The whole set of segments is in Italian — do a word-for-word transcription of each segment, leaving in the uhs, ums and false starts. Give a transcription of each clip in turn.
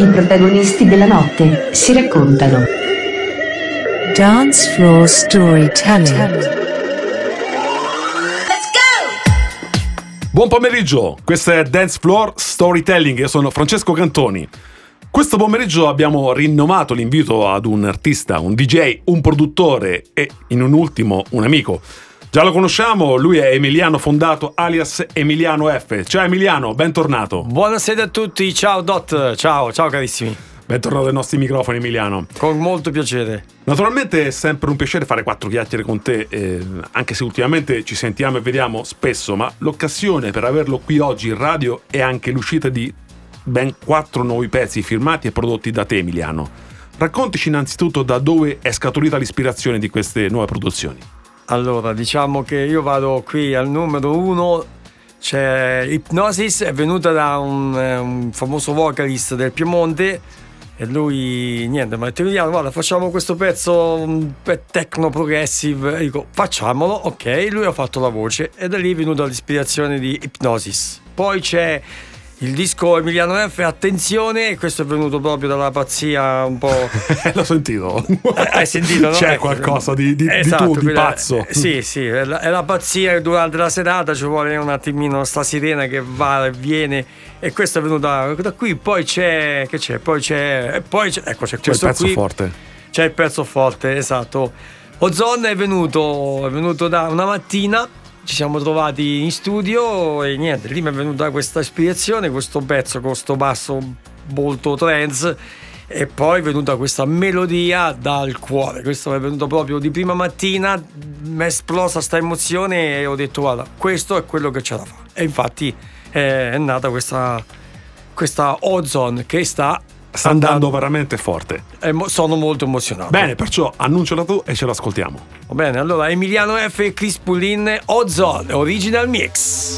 I protagonisti della notte si raccontano. Dance floor storytelling. Buon pomeriggio, questo è Dance Floor Storytelling, io sono Francesco Cantoni. Questo pomeriggio abbiamo rinnovato l'invito ad un artista, un D J, un produttore e, in un ultimo, un amico. Già lo conosciamo, lui è Emiliano Fondato, alias Emiliano F. Ciao Emiliano, bentornato. Buonasera a tutti, ciao Dot, ciao, ciao carissimi. Bentornato ai nostri microfoni, Emiliano. Con molto piacere. Naturalmente è sempre un piacere fare quattro chiacchiere con te, eh, anche se ultimamente ci sentiamo e vediamo spesso, ma l'occasione per averlo qui oggi in radio è anche l'uscita di ben quattro nuovi pezzi firmati e prodotti da te, Emiliano. Raccontici innanzitutto da dove è scaturita l'ispirazione di queste nuove produzioni. Allora, diciamo che io vado qui al numero uno. C'è Hypnosis, è venuta da un, un famoso vocalist del Piemonte. E lui, niente, mi ha detto: guarda, facciamo questo pezzo techno progressive. E dico, facciamolo, ok. Lui ha fatto la voce e da lì è venuta l'ispirazione di Hypnosis. Poi c'è il disco Emiliano F, Attenzione, e questo è venuto proprio dalla pazzia un po'. L'ho sentito. Hai sentito, no? C'è ecco, qualcosa di, di, esatto, di tu, di quella, pazzo. Eh, sì, sì, è la, è la pazzia. Durante la serata ci vuole un attimino sta sirena che va e viene. E questo è venuto da, da qui. Poi c'è, che c'è? Poi c'è, e poi c'è, ecco, c'è, c'è questo il pezzo qui. forte. C'è il pezzo forte, esatto. Ozone è venuto, è venuto da una mattina. Ci siamo trovati in studio e niente, lì mi è venuta questa ispirazione, questo pezzo con questo basso molto trance, e poi è venuta questa melodia dal cuore. Questo mi è venuto proprio di prima mattina, mi è esplosa sta emozione e ho detto: guarda, questo è quello che c'è da fare. E infatti è, è nata questa, questa Ozone che sta Sta andando veramente forte. Emo- sono molto emozionato. Bene, perciò annunciala tu e ce l'ascoltiamo. Va bene, allora Emiliano F e Chris Pullin, Ozone Original Mix.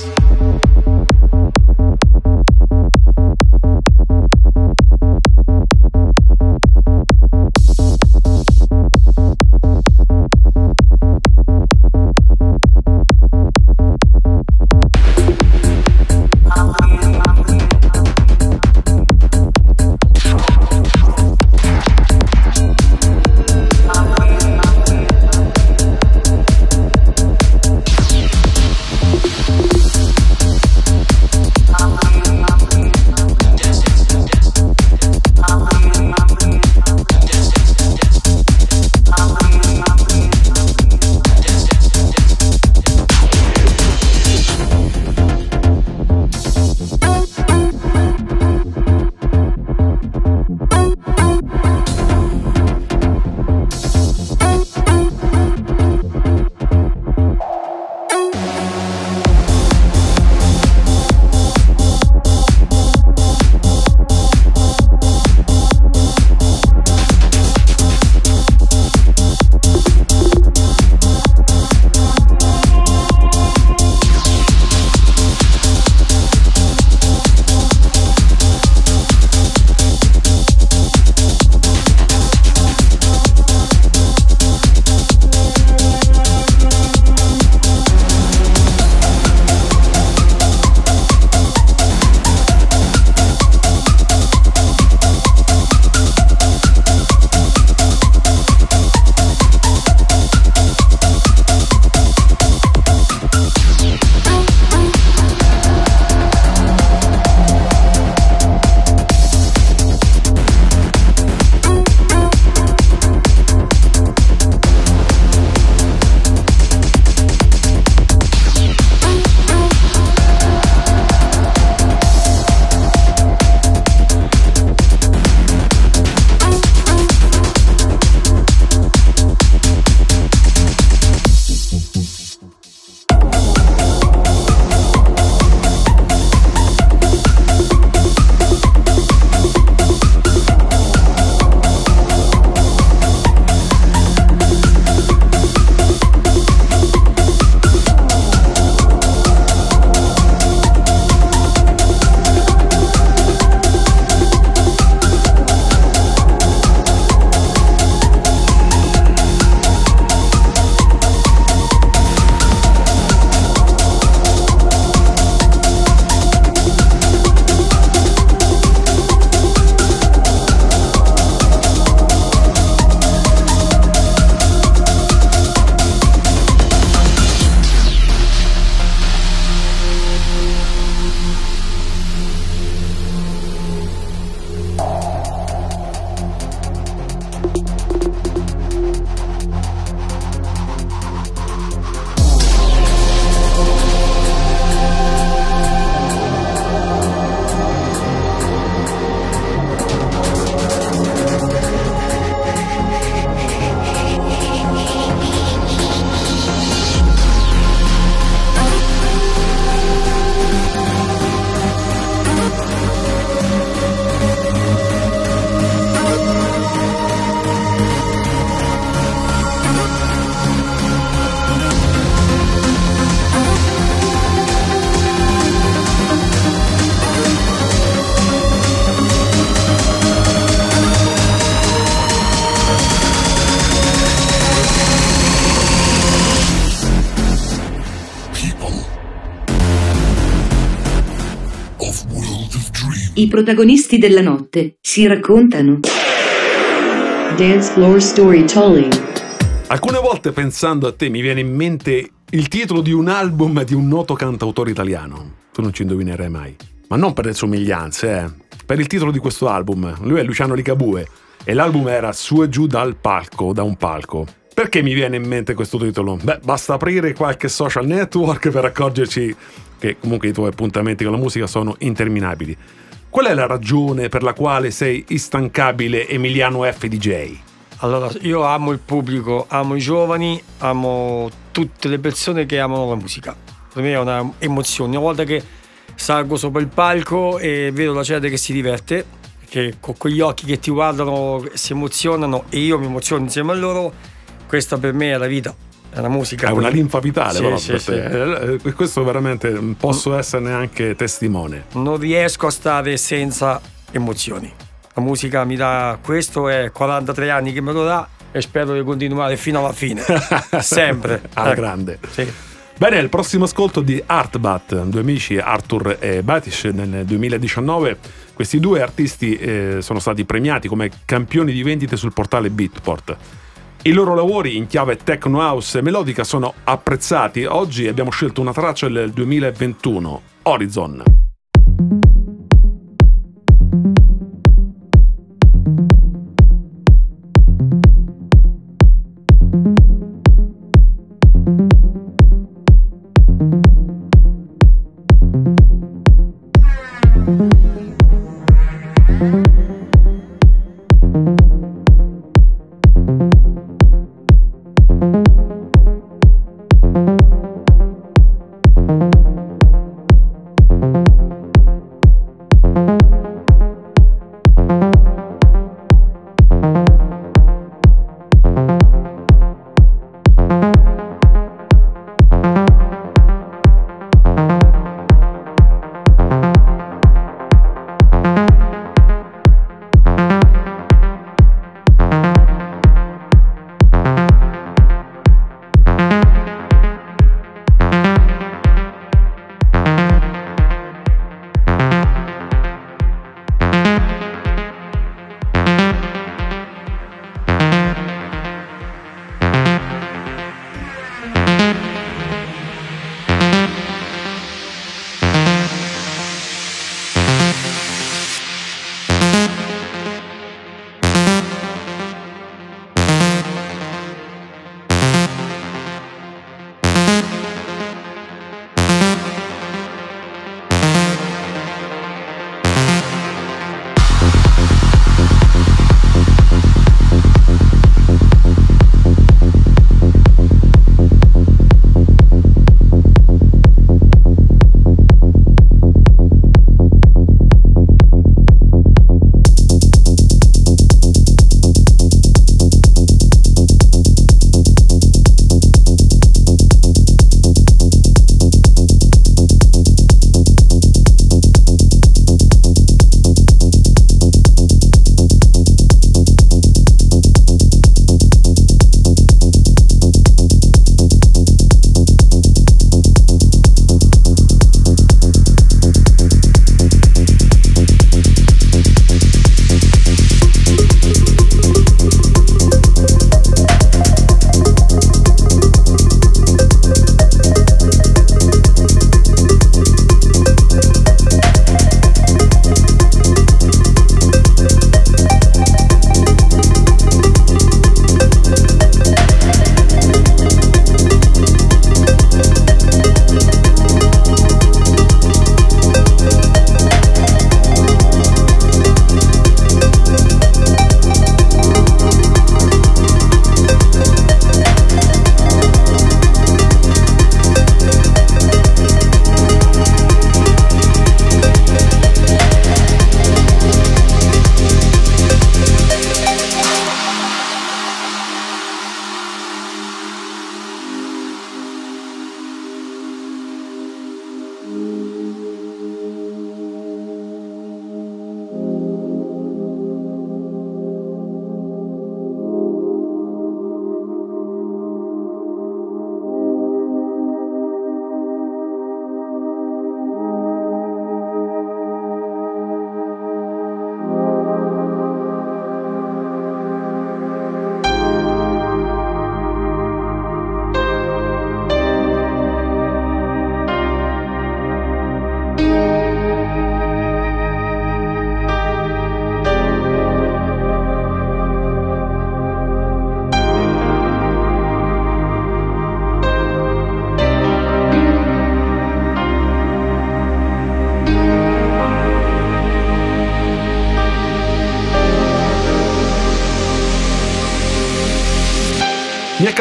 I protagonisti della notte si raccontano. Dance Floor Storytelling. Alcune volte pensando a te mi viene in mente il titolo di un album di un noto cantautore italiano. Tu non ci indovinerai mai. Ma non per le somiglianze, eh. Per il titolo di questo album. Lui è Luciano Ligabue e l'album era Su e giù dal palco, da un palco. Perché mi viene in mente questo titolo? Beh, basta aprire qualche social network per accorgerci che comunque i tuoi appuntamenti con la musica sono interminabili. Qual è la ragione per la quale sei instancabile Emiliano F. D J? Allora, io amo il pubblico, amo i giovani, amo tutte le persone che amano la musica. Per me è una emozione. Una volta che salgo sopra il palco e vedo la gente che si diverte, che con quegli occhi che ti guardano si emozionano e io mi emoziono insieme a loro, questa per me è la vita, è la musica. È una linfa vitale, sì, però, sì, per sì. te. Eh, Questo veramente posso esserne anche testimone. Non riesco a stare senza emozioni. La musica mi dà questo, è quarantatré anni che me lo dà e spero di continuare fino alla fine. Sempre. Alla Ecco. grande. Sì. Bene, il prossimo ascolto di Artbat, due amici, Arthur e Batish, nel duemiladiciannove. Questi due artisti eh, sono stati premiati come campioni di vendite sul portale Beatport. I loro lavori in chiave techno house e melodica sono apprezzati. Oggi abbiamo scelto una traccia del duemilaventuno, Horizon.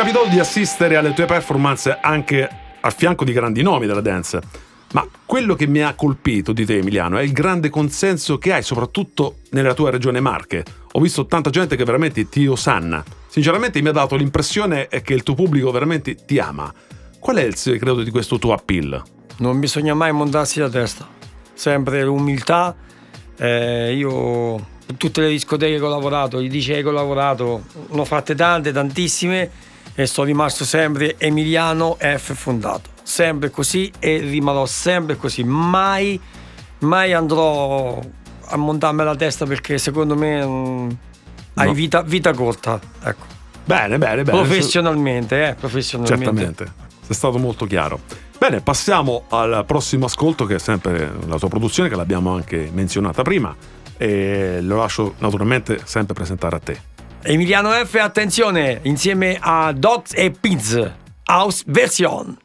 capitato di assistere alle tue performance anche al fianco di grandi nomi della dance, ma quello che mi ha colpito di te, Emiliano, è il grande consenso che hai soprattutto nella tua regione Marche. Ho visto tanta gente che veramente ti osanna. Sinceramente mi ha dato l'impressione che il tuo pubblico veramente ti ama. Qual è il segreto di questo tuo appeal? Non bisogna mai montarsi la testa, sempre l'umiltà. Eh, io tutte le discoteche che ho lavorato, i D J che ho lavorato, ne ho fatte tante, tantissime, e sono rimasto sempre Emiliano F fondato, sempre così, e rimarrò sempre così. Mai mai andrò a montarmi la testa, perché secondo me mh, hai No. vita, vita corta, ecco. Bene, bene, bene. Professionalmente, eh, professionalmente. Certamente, sei stato molto chiaro. Bene, passiamo al prossimo ascolto, che è sempre la tua produzione, che l'abbiamo anche menzionata prima, e lo lascio naturalmente sempre presentare a te. Emiliano F, attenzione, insieme a Dogs e Piz, House Version.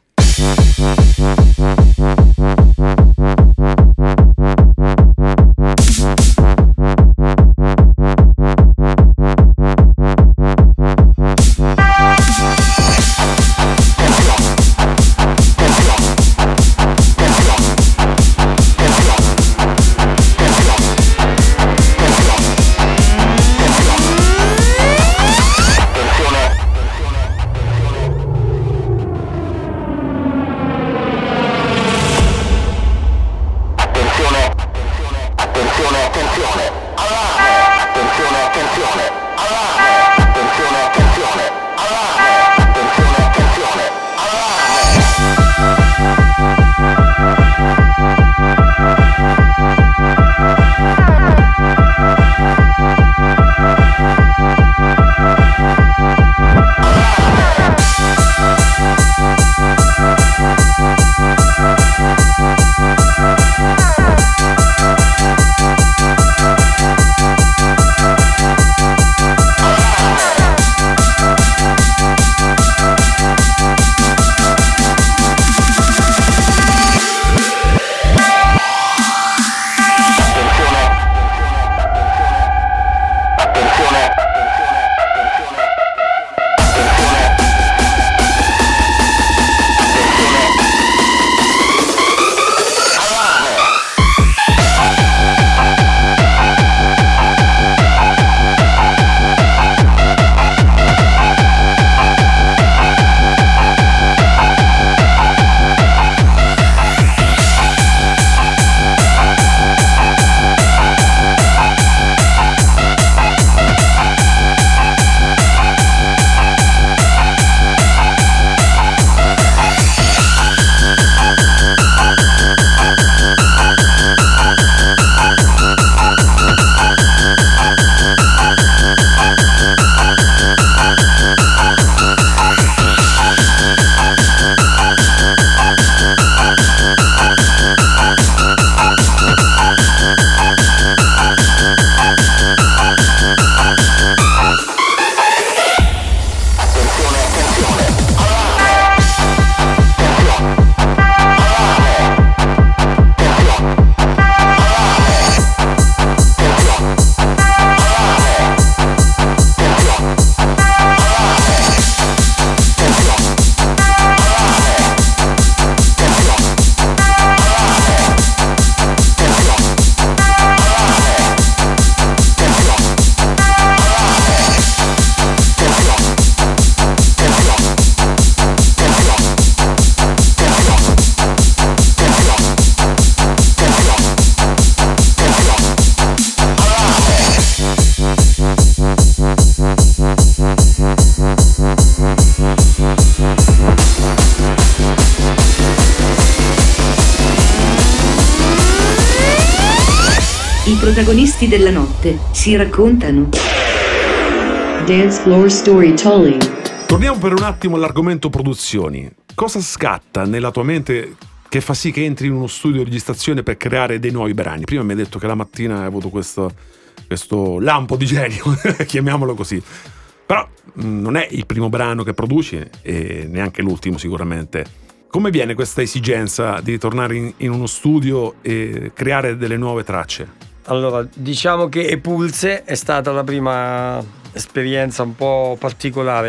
I protagonisti della notte si raccontano. Dance Floor Storytelling. Torniamo per un attimo all'argomento produzioni. Cosa scatta nella tua mente che fa sì che entri in uno studio di registrazione per creare dei nuovi brani? Prima mi hai detto che la mattina hai avuto questo, questo lampo di genio, chiamiamolo così. Però mh, non è il primo brano che produci e neanche l'ultimo sicuramente. Come viene questa esigenza di tornare in, in uno studio e creare delle nuove tracce? Allora, diciamo che Epulse è stata la prima esperienza un po' particolare.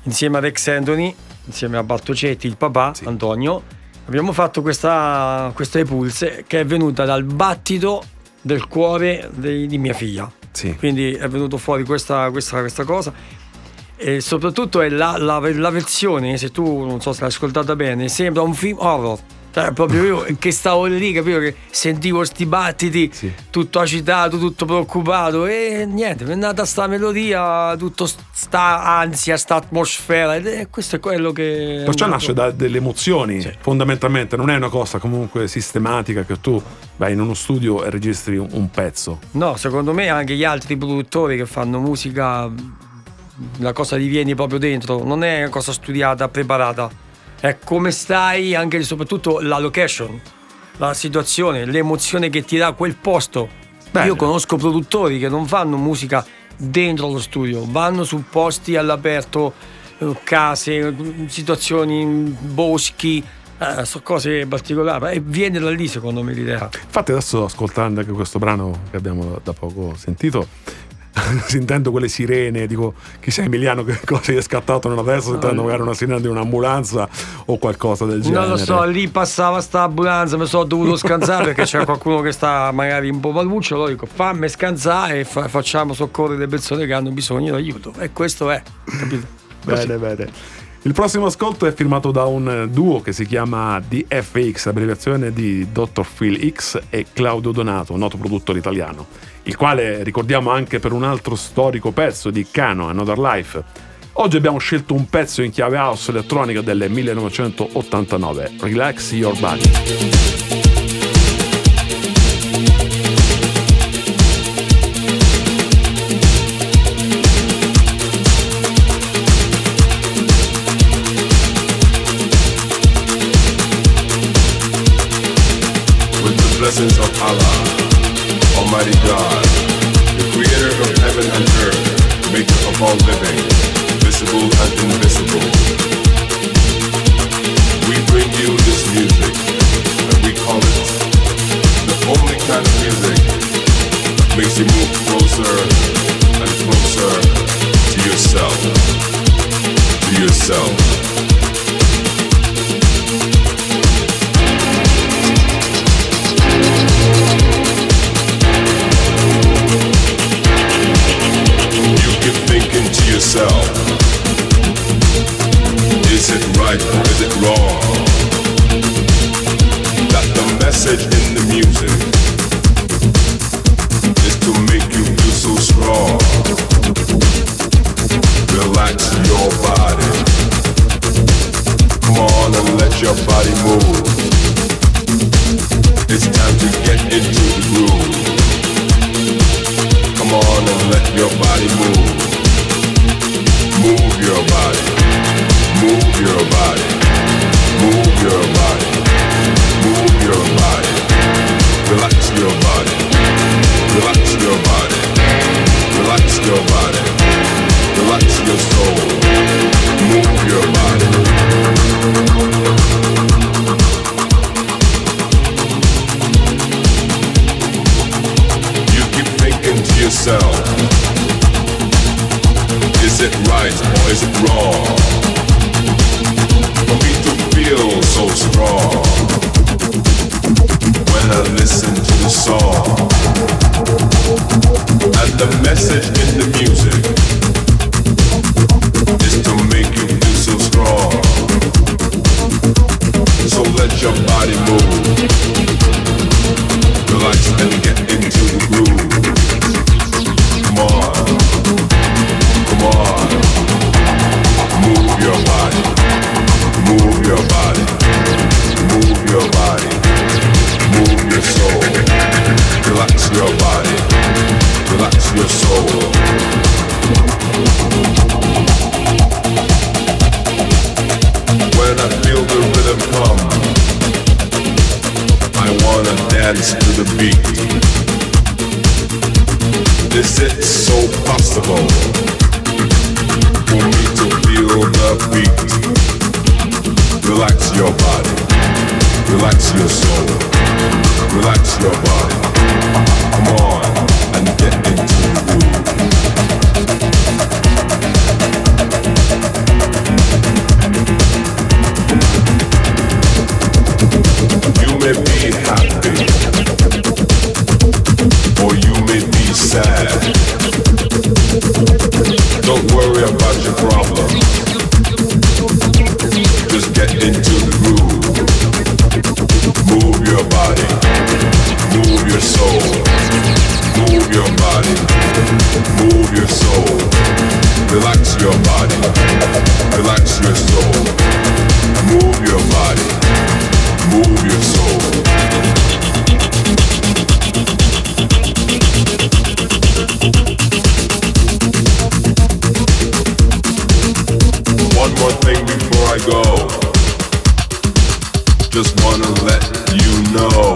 insieme a Rex Anthony, insieme a Bartocetti, il papà, Sì. Antonio, abbiamo fatto questa, questa Epulse che è venuta dal battito del cuore di, di mia figlia. Sì. Quindi è venuto fuori questa, questa, questa cosa. E soprattutto è la, la, la versione, se tu non so se l'hai ascoltata bene, sembra un film horror. Cioè, proprio io che stavo lì, capito, che sentivo sti battiti, Sì. tutto agitato, tutto preoccupato, e niente, mi è nata sta melodia, tutto sta ansia, sta atmosfera, ed è questo è quello che. Perciò è nato. nasce da delle emozioni, Sì. fondamentalmente, non è una cosa comunque sistematica che tu vai in uno studio e registri un, un pezzo. No, secondo me anche gli altri produttori che fanno musica, la cosa ti viene proprio dentro, non è una cosa studiata, preparata. È come stai, anche e soprattutto la location, la situazione, l'emozione che ti dà quel posto. Bene. Io conosco produttori che non fanno musica dentro lo studio, vanno su posti all'aperto, eh, case, situazioni, boschi, eh, so cose particolari, e viene da lì secondo me l'idea. Infatti adesso, ascoltando anche questo brano che abbiamo da poco sentito, sentendo quelle sirene, dico chissà Emiliano che cosa gli è scattato nella testa, sentendo magari una sirena di un'ambulanza o qualcosa del genere. Non lo so, lì passava sta ambulanza, mi sono dovuto scansare perché c'è qualcuno che sta magari un po' maluccio, allora dico fammi scansare e fa- facciamo soccorrere le persone che hanno bisogno d'aiuto, e questo è, capito? Bene, bene. Il prossimo ascolto è firmato da un duo che si chiama D F X, abbreviazione di dottor Phil X e Claudio Donato, noto produttore italiano, il quale ricordiamo anche per un altro storico pezzo di Cano, Another Life. Oggi abbiamo scelto un pezzo in chiave house elettronica del millenovecentottantanove, Relax Your Body. Blessings of Allah, Almighty God, the creator of heaven and earth, maker of all living, visible and invisible. We bring you this music, and we call it the only kind of music that makes you move closer and closer to yourself, to yourself. Thinking to yourself, is it right or is it wrong that the message in the music is to make you feel so strong? Relax your body, come on and let your body move. It's time to get into the groove. Come on and let your body move. Move your body, move your body, move your body, move your body. Relax your body, relax your body, relax your body, relax your soul. Move your body. You keep thinking to yourself, is it right or is it wrong for me to feel so strong when I listen to the song and the message in the music is to make you feel so strong? So let your body move, relax and get into the groove. Come on. Come on, move your body, move your body, move your body, move your soul, relax your body, relax your soul. When I feel the rhythm come, I wanna dance to the beat. Is it so possible for me to feel the beat? Relax your body, relax your soul, relax your body. Come on and get into the groove. sad. Don't worry about your problem. Just get into the groove. Move your body. Move your soul. Move your body. Move your soul. Relax your body. Relax your soul. Move your body. Move your soul. One more thing before I go. Just wanna let you know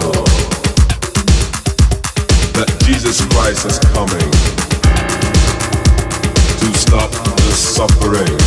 that Jesus Christ is coming to stop the suffering.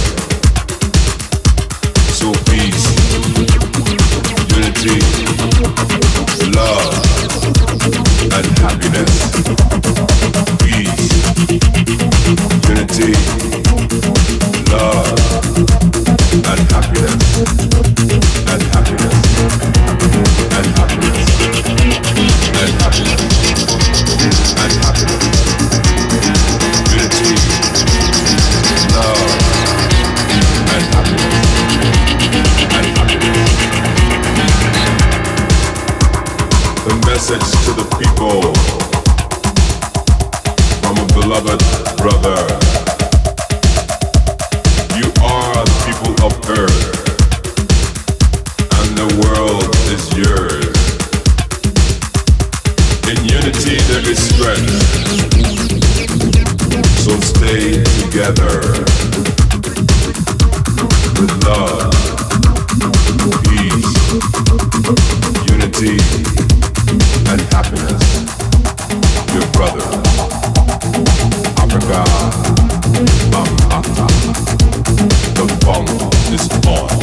So peace, unity, love, and happiness. Peace, unity, love, and happiness, and happiness, and happiness, and happiness, and happiness. Unity, love, and happiness, and happiness. The message to the people from a beloved brother. You are the people of earth, and the world is yours. In unity there is strength, so stay together with love, peace, unity, and happiness. Your brother, Africa, Bambata. The funk is on.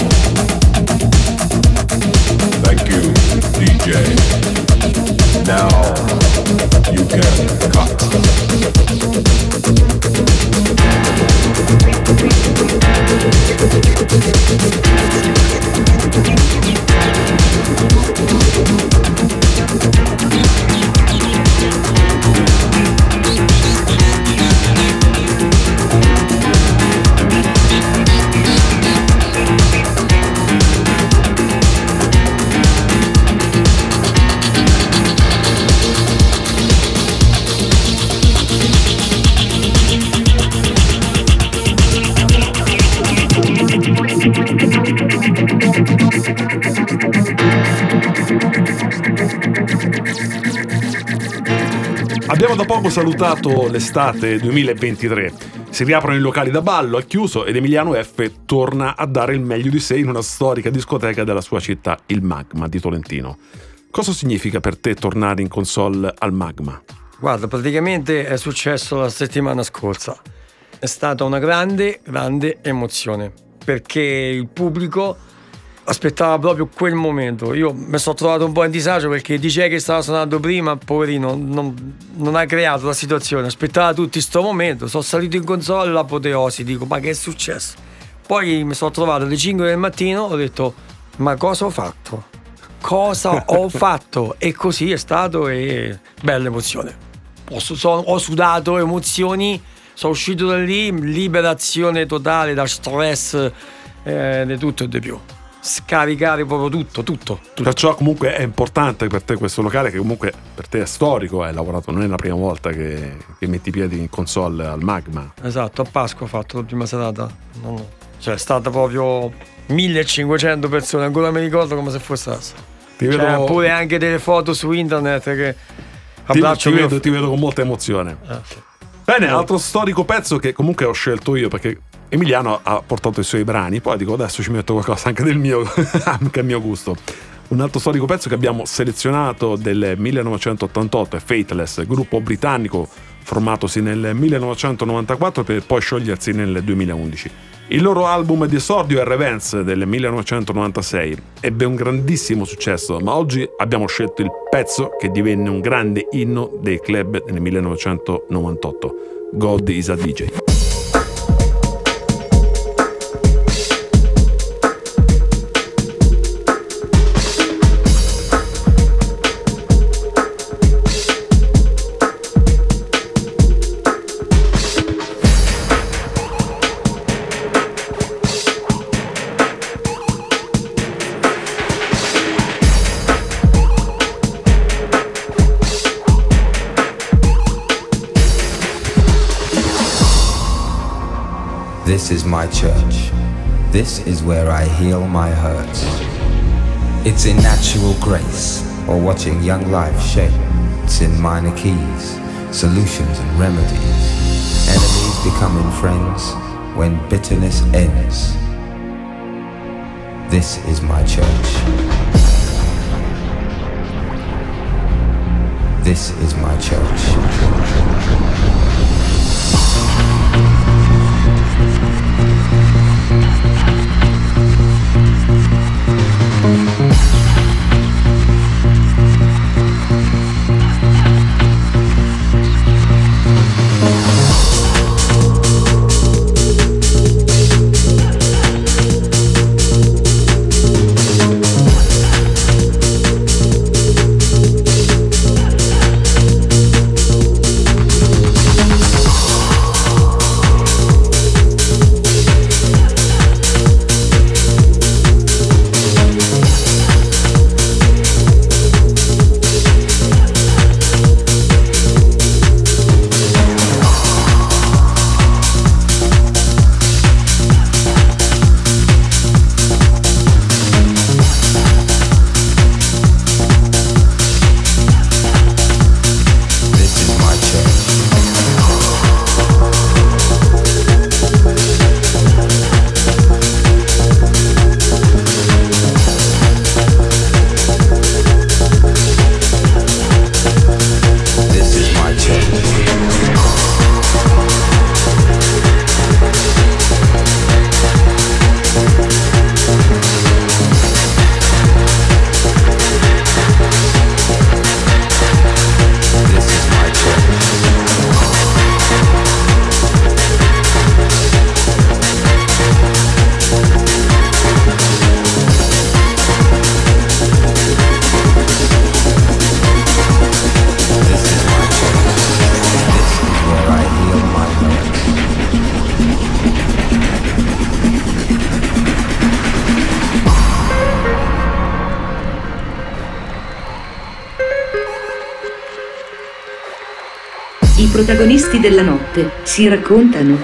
Thank you, D J. Now you can cut. Abbiamo da poco salutato l'estate duemilaventitré. Si riaprono i locali da ballo al chiuso ed Emiliano F torna a dare il meglio di sé in una storica discoteca della sua città, il Magma di Tolentino. Cosa significa per te tornare in console al Magma? Guarda, praticamente è successo la settimana scorsa. È stata una grande, grande emozione, perché il pubblico aspettava proprio quel momento. Io mi sono trovato un po' in disagio perché il D J che stava suonando prima, poverino, non, non ha creato la situazione. Aspettava tutti sto momento. Sono salito in console, l'apoteosi, dico ma che è successo? Poi mi sono trovato alle cinque del mattino, ho detto ma cosa ho fatto? Cosa ho fatto? E così è stato, e bella emozione. Ho, sono, ho sudato emozioni, sono uscito da lì, liberazione totale da stress, eh, di tutto e di più. Scaricare proprio tutto, tutto, tutto. Perciò comunque è importante per te questo locale, che comunque per te è storico, hai lavorato, non è la prima volta che, che metti i piedi in console al Magma. Esatto, a Pasqua ho fatto la prima serata. No, no. Cioè è stata proprio millecinquecento persone, ancora mi ricordo come se fosse adesso. Ti Cioè, vedo, pure anche delle foto su internet che ti, abbraccio ti, mio- vedo, ti vedo con molta emozione. Eh, sì. Bene, altro storico pezzo che comunque ho scelto io, perché Emiliano ha portato i suoi brani, poi dico adesso ci metto qualcosa anche del mio, anche a mio gusto. Un altro storico pezzo che abbiamo selezionato del millenovecentottantotto è Faithless, gruppo britannico formatosi nel millenovecentonovantaquattro per poi sciogliersi nel duemilaundici. Il loro album di esordio è Revenge del millenovecentonovantasei, ebbe un grandissimo successo, ma oggi abbiamo scelto il pezzo che divenne un grande inno dei club nel millenovecentonovantotto, God is a D J. This is my church. This is where I heal my hurts. It's in natural grace, or watching young life shape. It's in minor keys, solutions and remedies. Enemies becoming friends when bitterness ends. This is my church. This is my church. I protagonisti della notte si raccontano.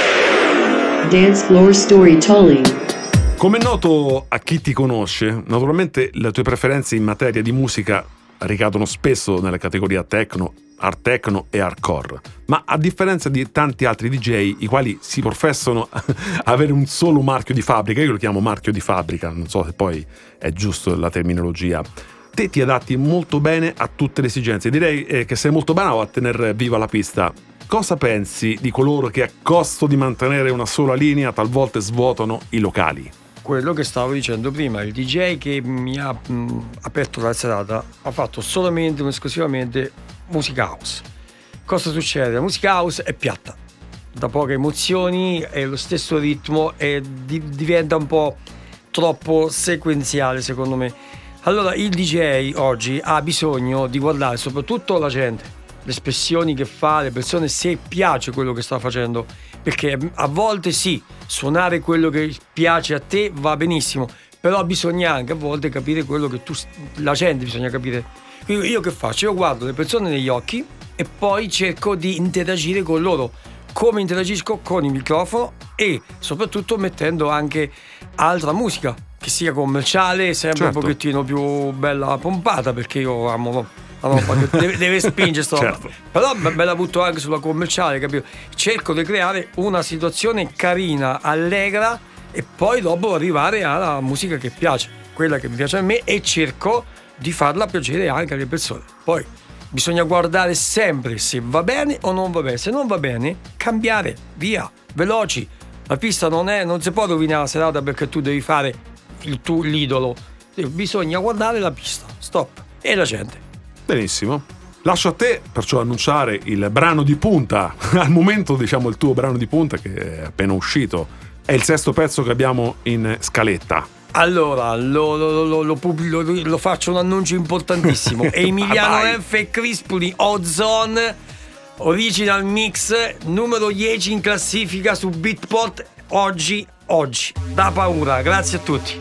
Dance Floor Storytelling. Come è noto a chi ti conosce, naturalmente le tue preferenze in materia di musica ricadono spesso nella categoria techno, art techno e hardcore, ma a differenza di tanti altri D J i quali si professano avere un solo marchio di fabbrica, io lo chiamo marchio di fabbrica, non so se poi è giusto la terminologia, te ti adatti molto bene a tutte le esigenze. Direi eh, che sei molto bravo a tenere viva la pista. Cosa pensi di coloro che a costo di mantenere una sola linea talvolta svuotano i locali? Quello che stavo dicendo prima, il D J che mi ha mh, aperto la serata ha fatto solamente ed esclusivamente musica house. Cosa succede? La musica house è piatta, da poche emozioni, è lo stesso ritmo e di- diventa un po' troppo sequenziale secondo me. Allora il D J oggi ha bisogno di guardare soprattutto la gente, le espressioni che fa, le persone, se piace quello che sta facendo, perché a volte sì, suonare quello che piace a te va benissimo, però bisogna anche a volte capire quello che tu, la gente bisogna capire. Quindi io che faccio? Io guardo le persone negli occhi e poi cerco di interagire con loro. Come interagisco? Con il microfono e soprattutto mettendo anche altra musica che sia commerciale, sempre certo. Un pochettino più bella pompata, perché io amo la roba che deve, deve spingere sto certo. Però me la butto anche sulla commerciale, capito? Cerco di creare una situazione carina, allegra e poi dopo arrivare alla musica che piace, quella che mi piace a me, e cerco di farla piacere anche alle persone. Poi bisogna guardare sempre se va bene o non va bene. Se non va bene, cambiare, via, veloci. La pista non è, non si può rovinare la serata perché tu devi fare il tuo l'idolo. Bisogna guardare la pista, stop, e la gente. Benissimo. Lascio a te perciò annunciare il brano di punta. Al momento, diciamo, il tuo brano di punta che è appena uscito. È il sesto pezzo che abbiamo in scaletta. Allora, lo, lo, lo, lo, lo, lo faccio un annuncio importantissimo. Emiliano F. Crispoli, Ozone, Original Mix, numero dieci in classifica su Beatport. Oggi, oggi. Da paura. Grazie a tutti.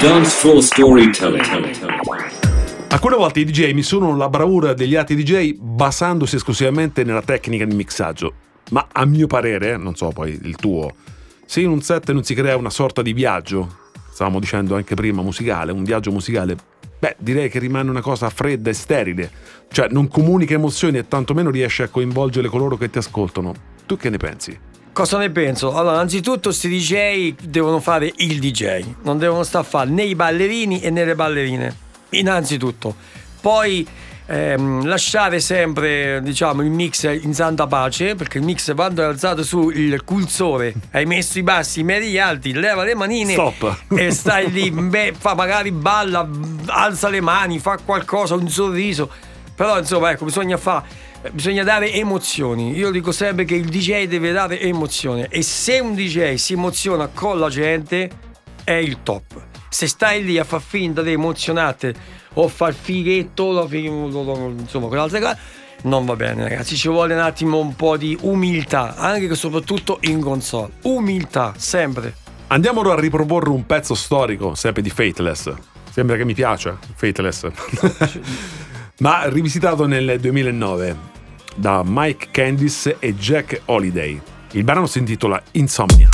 Dance floor storytelling. Alcune volte i D J misurano la bravura degli altri D J basandosi esclusivamente nella tecnica di mixaggio, ma a mio parere, eh, non so poi il tuo, se in un set non si crea una sorta di viaggio, stavamo dicendo anche prima musicale, un viaggio musicale, beh, direi che rimane una cosa fredda e sterile, cioè non comunica emozioni e tantomeno riesce a coinvolgere coloro che ti ascoltano. Tu che ne pensi? Cosa ne penso? Allora, innanzitutto sti D J devono fare il D J, non devono stare a fare né i ballerini e né le ballerine, innanzitutto. Poi ehm, lasciare sempre, diciamo, il mix in santa pace, perché il mix quando è alzato su il cursore, hai messo i bassi, i medi alti, leva le manine. Stop. E stai lì, beh, fa magari balla, alza le mani, fa qualcosa, un sorriso. Però insomma, ecco, bisogna fare bisogna dare emozioni. Io dico sempre che il D J deve dare emozione, e se un D J si emoziona con la gente è il top. Se stai lì a far finta di emozionate o far fighetto, lo fig- insomma quell'altra cosa, non va bene, ragazzi. Ci vuole un attimo un po' di umiltà, anche che soprattutto in console. Umiltà, sempre. Andiamo ora a riproporre un pezzo storico, sempre di Faithless. Sembra che mi piaccia, Faithless. Ma rivisitato nel duemilanove da Mike Candice e Jack Holiday. Il brano si intitola Insomnia.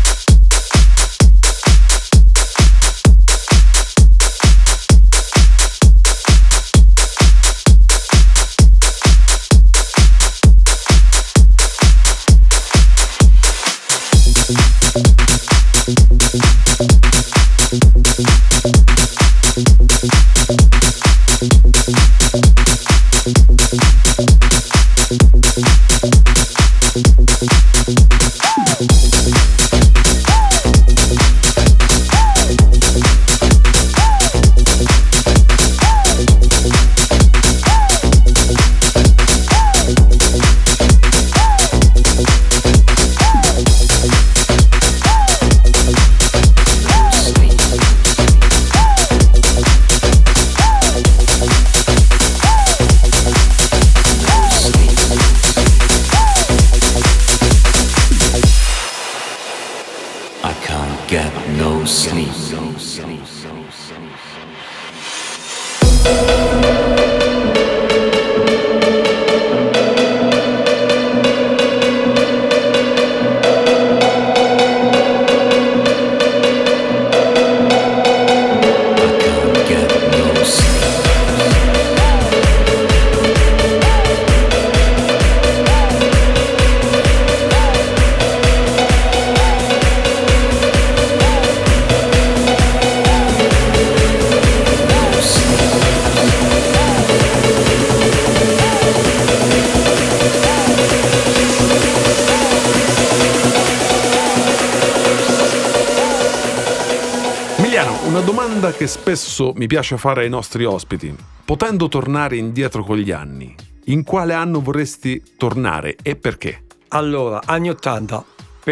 Una domanda che spesso mi piace fare ai nostri ospiti. Potendo tornare indietro con gli anni, in quale anno vorresti tornare e perché? Allora, anni ottanta,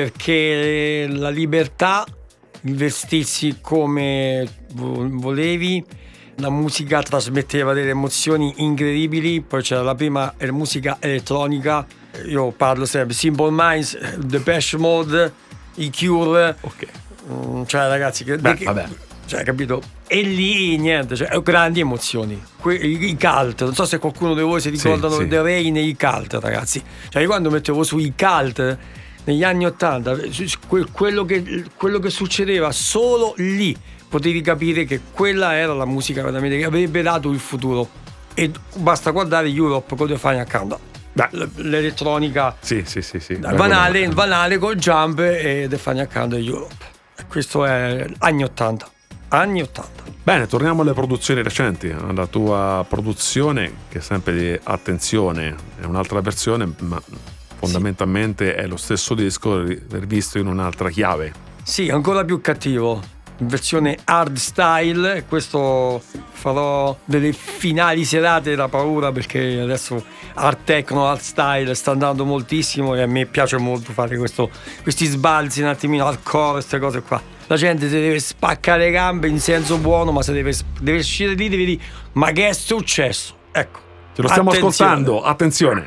perché la libertà, il vestirsi come volevi, la musica trasmetteva delle emozioni incredibili, poi c'era la prima musica elettronica, io parlo sempre Simple Minds, Depeche Mode, i Cure, ok, cioè ragazzi che, Beh, che vabbè. Cioè, capito? E lì niente, cioè, grandi emozioni. Que- i, I cult, non so se qualcuno di voi si ricordano sì, sì. The Rain e i cult, ragazzi. Cioè, io quando mettevo su i cult negli anni ottanta, que- quello, che, quello che succedeva solo lì, potevi capire che quella era la musica veramente che avrebbe dato il futuro. E basta guardare Europe con The Final Countdown. L- l'elettronica Sì, sì, sì, sì. banale, banale col Jump e The Final Countdown Europe. E questo è anni ottanta. Anni ottanta. Bene, torniamo alle produzioni recenti. La tua produzione, che è sempre di Attenzione, è un'altra versione, ma fondamentalmente è lo stesso disco rivisto in un'altra chiave. Sì, ancora più cattivo, in versione hard style. Questo farò delle finali serate da paura, perché adesso hard techno, hard style sta andando moltissimo e a me piace molto fare questo, questi sbalzi un attimino hardcore, queste cose qua. La gente si deve spaccare le gambe in senso buono, ma se deve, deve uscire lì deve dire: ma che è successo? Ecco, ce lo stiamo attenzione. ascoltando, attenzione.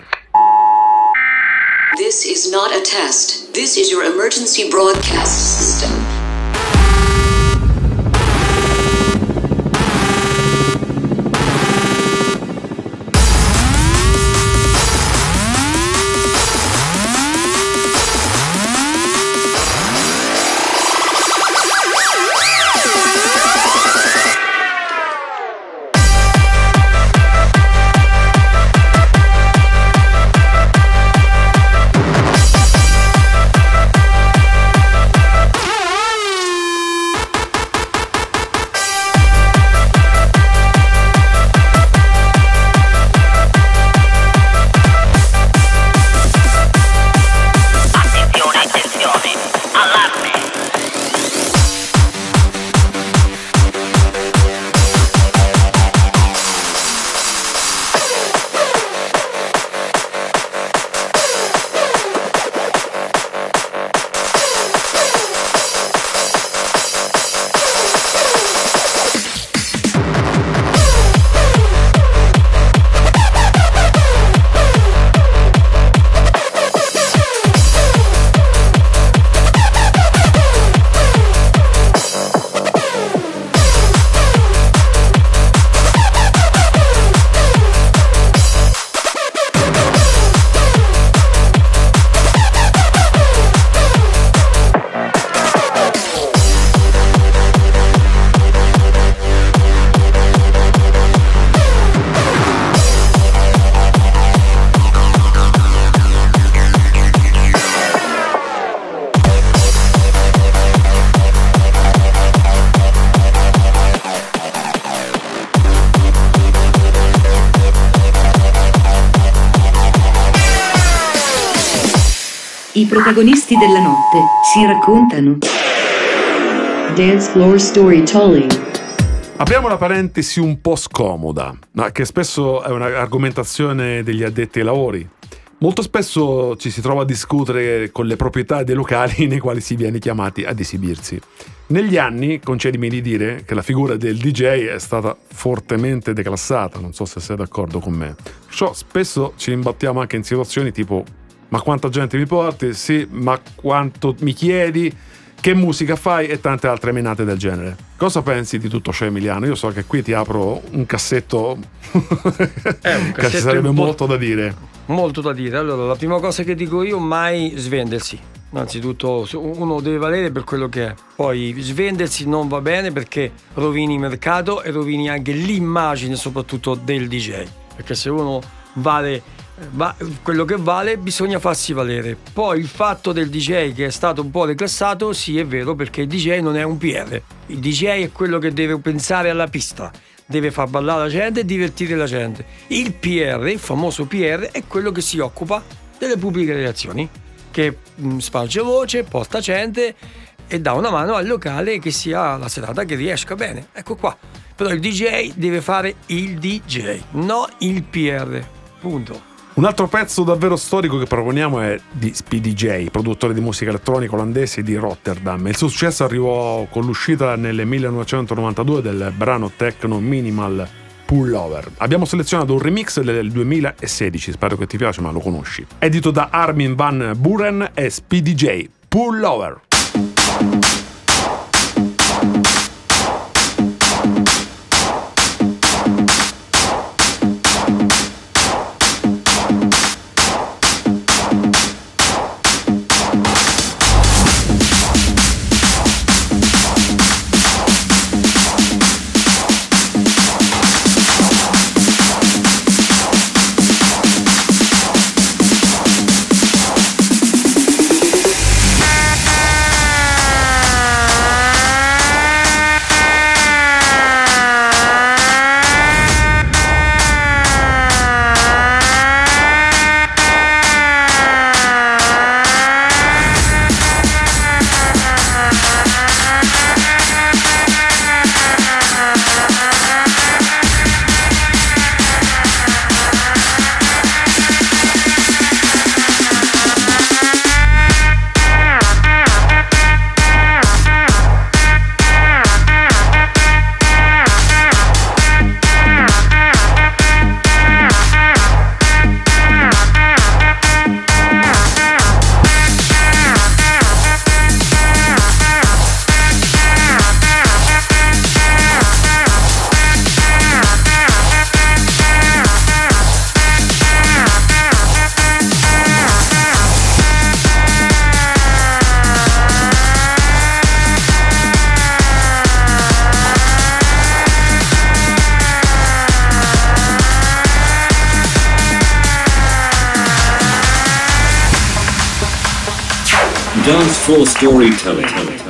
This is not a test. This is your emergency broadcast system. I protagonisti della notte si raccontano. Dance Floor Storytelling. Apriamo una parentesi un po' scomoda, ma che spesso è un'argomentazione degli addetti ai lavori. Molto spesso ci si trova a discutere con le proprietà dei locali nei quali si viene chiamati ad esibirsi. Negli anni, concedimi di dire, che la figura del D J è stata fortemente declassata, non so se sei d'accordo con me. Ciò spesso ci imbattiamo anche in situazioni tipo: ma quanta gente mi porti? Sì, ma quanto mi chiedi? Che musica fai? E tante altre menate del genere. Cosa pensi di tutto ciò, Emiliano? Io so che qui ti apro un cassetto, È un che ci cassetto sarebbe un po'- molto da dire. Molto da dire. Allora, la prima cosa che dico io: mai svendersi. Innanzitutto uno deve valere per quello che è. Poi svendersi non va bene, perché rovini il mercato e rovini anche l'immagine soprattutto del D J. Perché se uno vale va, quello che vale, bisogna farsi valere. Poi il fatto del D J che è stato un po' declassato, sì, è vero, perché il D J non è un P R. Il D J è quello che deve pensare alla pista, deve far ballare la gente e divertire la gente. Il P R, il famoso P R, è quello che si occupa delle pubbliche relazioni, che mh, sparge voce, porta gente e dà una mano al locale che sia la serata che riesca bene. Ecco qua. Però il D J deve fare il D J, no il P R. Punto. Un altro pezzo davvero storico che proponiamo è di Speedy J, produttore di musica elettronica olandese di Rotterdam. Il suo successo arrivò con l'uscita nel millenovecentonovantadue del brano techno minimal Pullover. Abbiamo selezionato un remix del duemilasedici, spero che ti piace, ma lo conosci. Edito da Armin van Buuren e Speedy J, Pullover. Dance Floor Storytelling.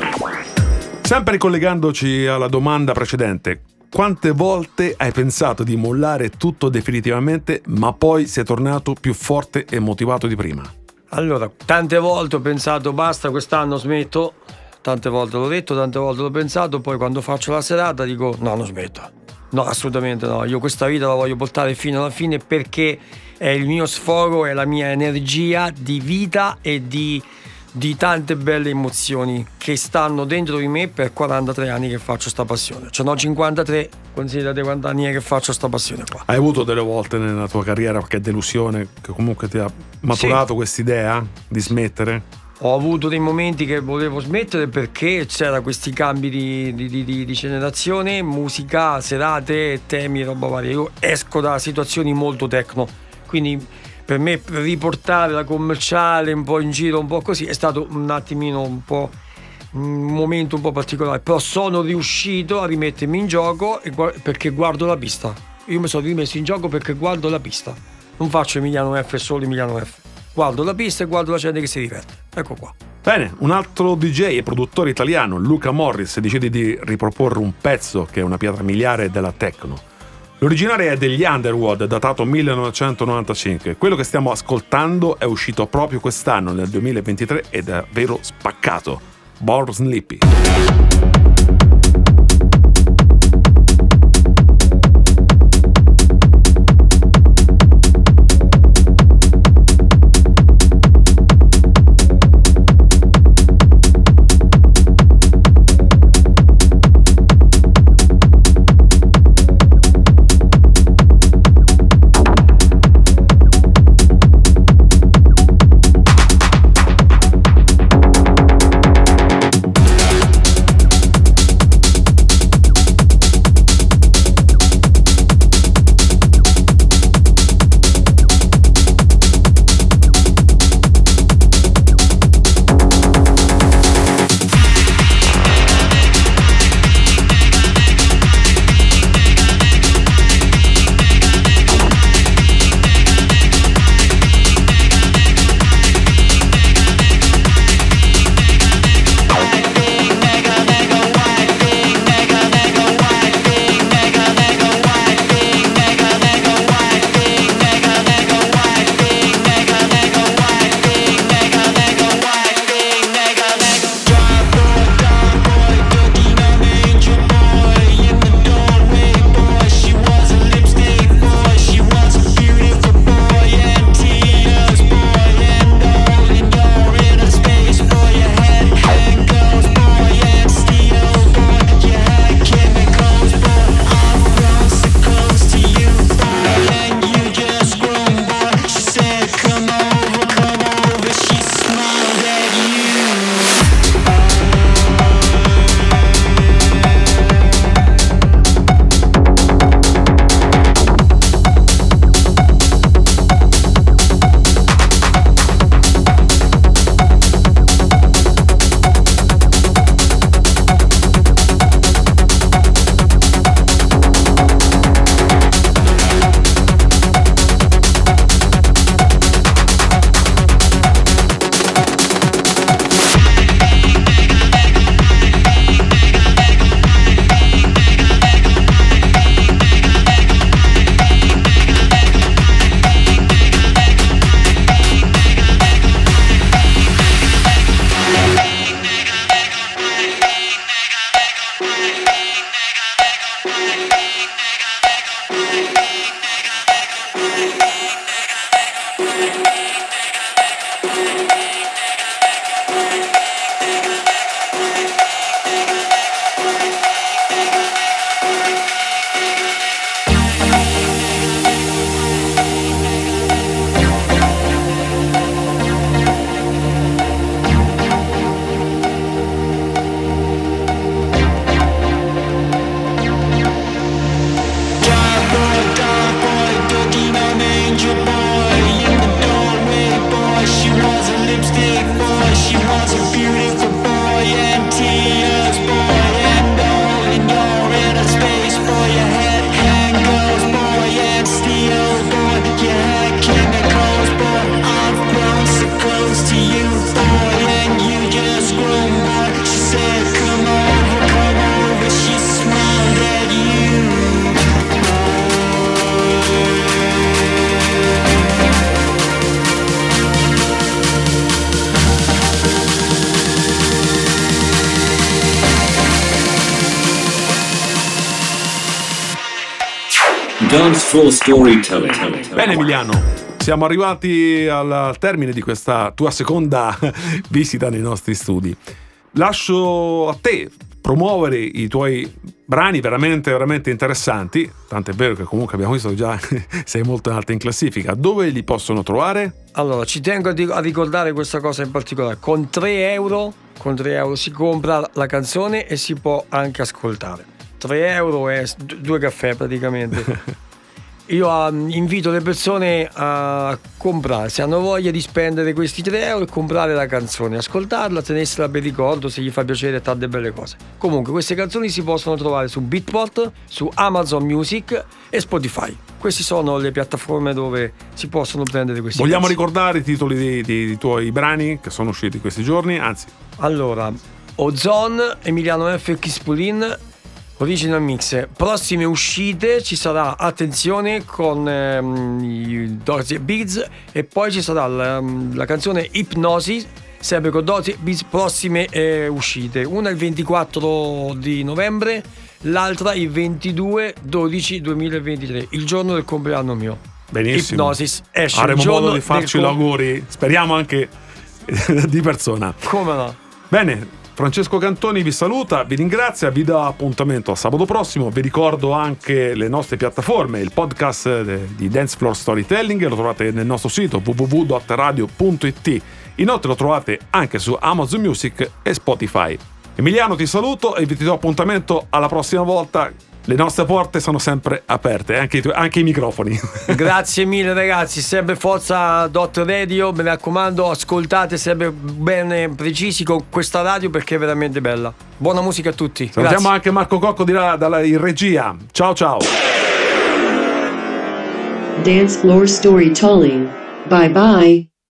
Sempre ricollegandoci alla domanda precedente, quante volte hai pensato di mollare tutto definitivamente, ma poi sei tornato più forte e motivato di prima? Allora, tante volte ho pensato basta, quest'anno smetto. Tante volte l'ho detto, tante volte l'ho pensato. Poi quando faccio la serata dico no, non smetto. No, assolutamente no. Io questa vita la voglio portare fino alla fine, perché è il mio sfogo, è la mia energia di vita e di, di tante belle emozioni che stanno dentro di me per quarantatré anni che faccio sta passione. Cioè no, cinquantatré, considerate quanti anni è che faccio sta passione qua. Hai avuto delle volte nella tua carriera qualche delusione che comunque ti ha maturato Sì. quest'idea di smettere? Ho avuto dei momenti che volevo smettere perché c'era questi cambi di, di, di, di, di generazione, musica, serate, temi, roba varia. Io esco da situazioni molto techno, quindi per me riportare la commerciale un po' in giro, un po' così, è stato un attimino un po' un momento un po' particolare, però sono riuscito a rimettermi in gioco e gu- perché guardo la pista. Io mi sono rimesso in gioco perché guardo la pista, non faccio Emiliano F, solo Emiliano F. Guardo la pista e guardo la gente che si diverte. Ecco qua. Bene, un altro D J e produttore italiano, Luca Morris, decide di riproporre un pezzo che è una pietra miliare della techno. L'originale è degli Underworld, datato millenovecentonovantacinque. Quello che stiamo ascoltando è uscito proprio quest'anno, nel duemilaventitré, ed è davvero spaccato. Born Sleepy. Dance Floor Storytelling. Bene Emiliano, siamo arrivati al termine di questa tua seconda visita nei nostri studi. Lascio a te promuovere i tuoi brani veramente veramente interessanti, tant'è vero che comunque abbiamo visto già sei molto in alta in classifica. Dove li possono trovare? Allora, ci tengo a, di- a ricordare questa cosa in particolare: con tre euro con tre euro si compra la canzone e si può anche ascoltare. tre euro è d- due caffè praticamente. Io um, invito le persone a comprare, se hanno voglia di spendere questi tre euro, e comprare la canzone, ascoltarla, tenersela per ricordo, se gli fa piacere, tante belle cose. Comunque queste canzoni si possono trovare su Beatport, su Amazon Music e Spotify. Queste sono le piattaforme dove si possono prendere questi Vogliamo pezzi. ricordare i titoli dei, dei, dei tuoi brani che sono usciti questi giorni? Anzi, Allora, Ozone, Emiliano F. Chispulin, Original Mix. Prossime uscite ci sarà, attenzione, con ehm, i Dorsey Beats, e poi ci sarà la, la canzone Hypnosis, sempre con Dorsey Beats. Prossime eh, uscite, una il ventiquattro di novembre, l'altra il ventidue dodici duemilaventitré, il giorno del compleanno mio. Benissimo. Hypnosis esce Avremo il giorno modo di farci del gli auguri, speriamo anche di persona. Come no? Bene, Francesco Cantoni vi saluta, vi ringrazia, vi dà appuntamento a sabato prossimo. Vi ricordo anche le nostre piattaforme, il podcast di Dance Floor Storytelling, lo trovate nel nostro sito w w w punto radio punto i t. Inoltre lo trovate anche su Amazon Music e Spotify. Emiliano, ti saluto e vi do appuntamento alla prossima volta. Le nostre porte sono sempre aperte, anche i, tu- anche i microfoni. Grazie mille ragazzi, sempre forza Dot Radio, mi raccomando, ascoltate sempre bene precisi con questa radio perché è veramente bella. Buona musica a tutti. Salutiamo Grazie. anche Marco Cocco di là, dalla, in regia. Ciao ciao. Dance Floor Storytelling. Bye bye.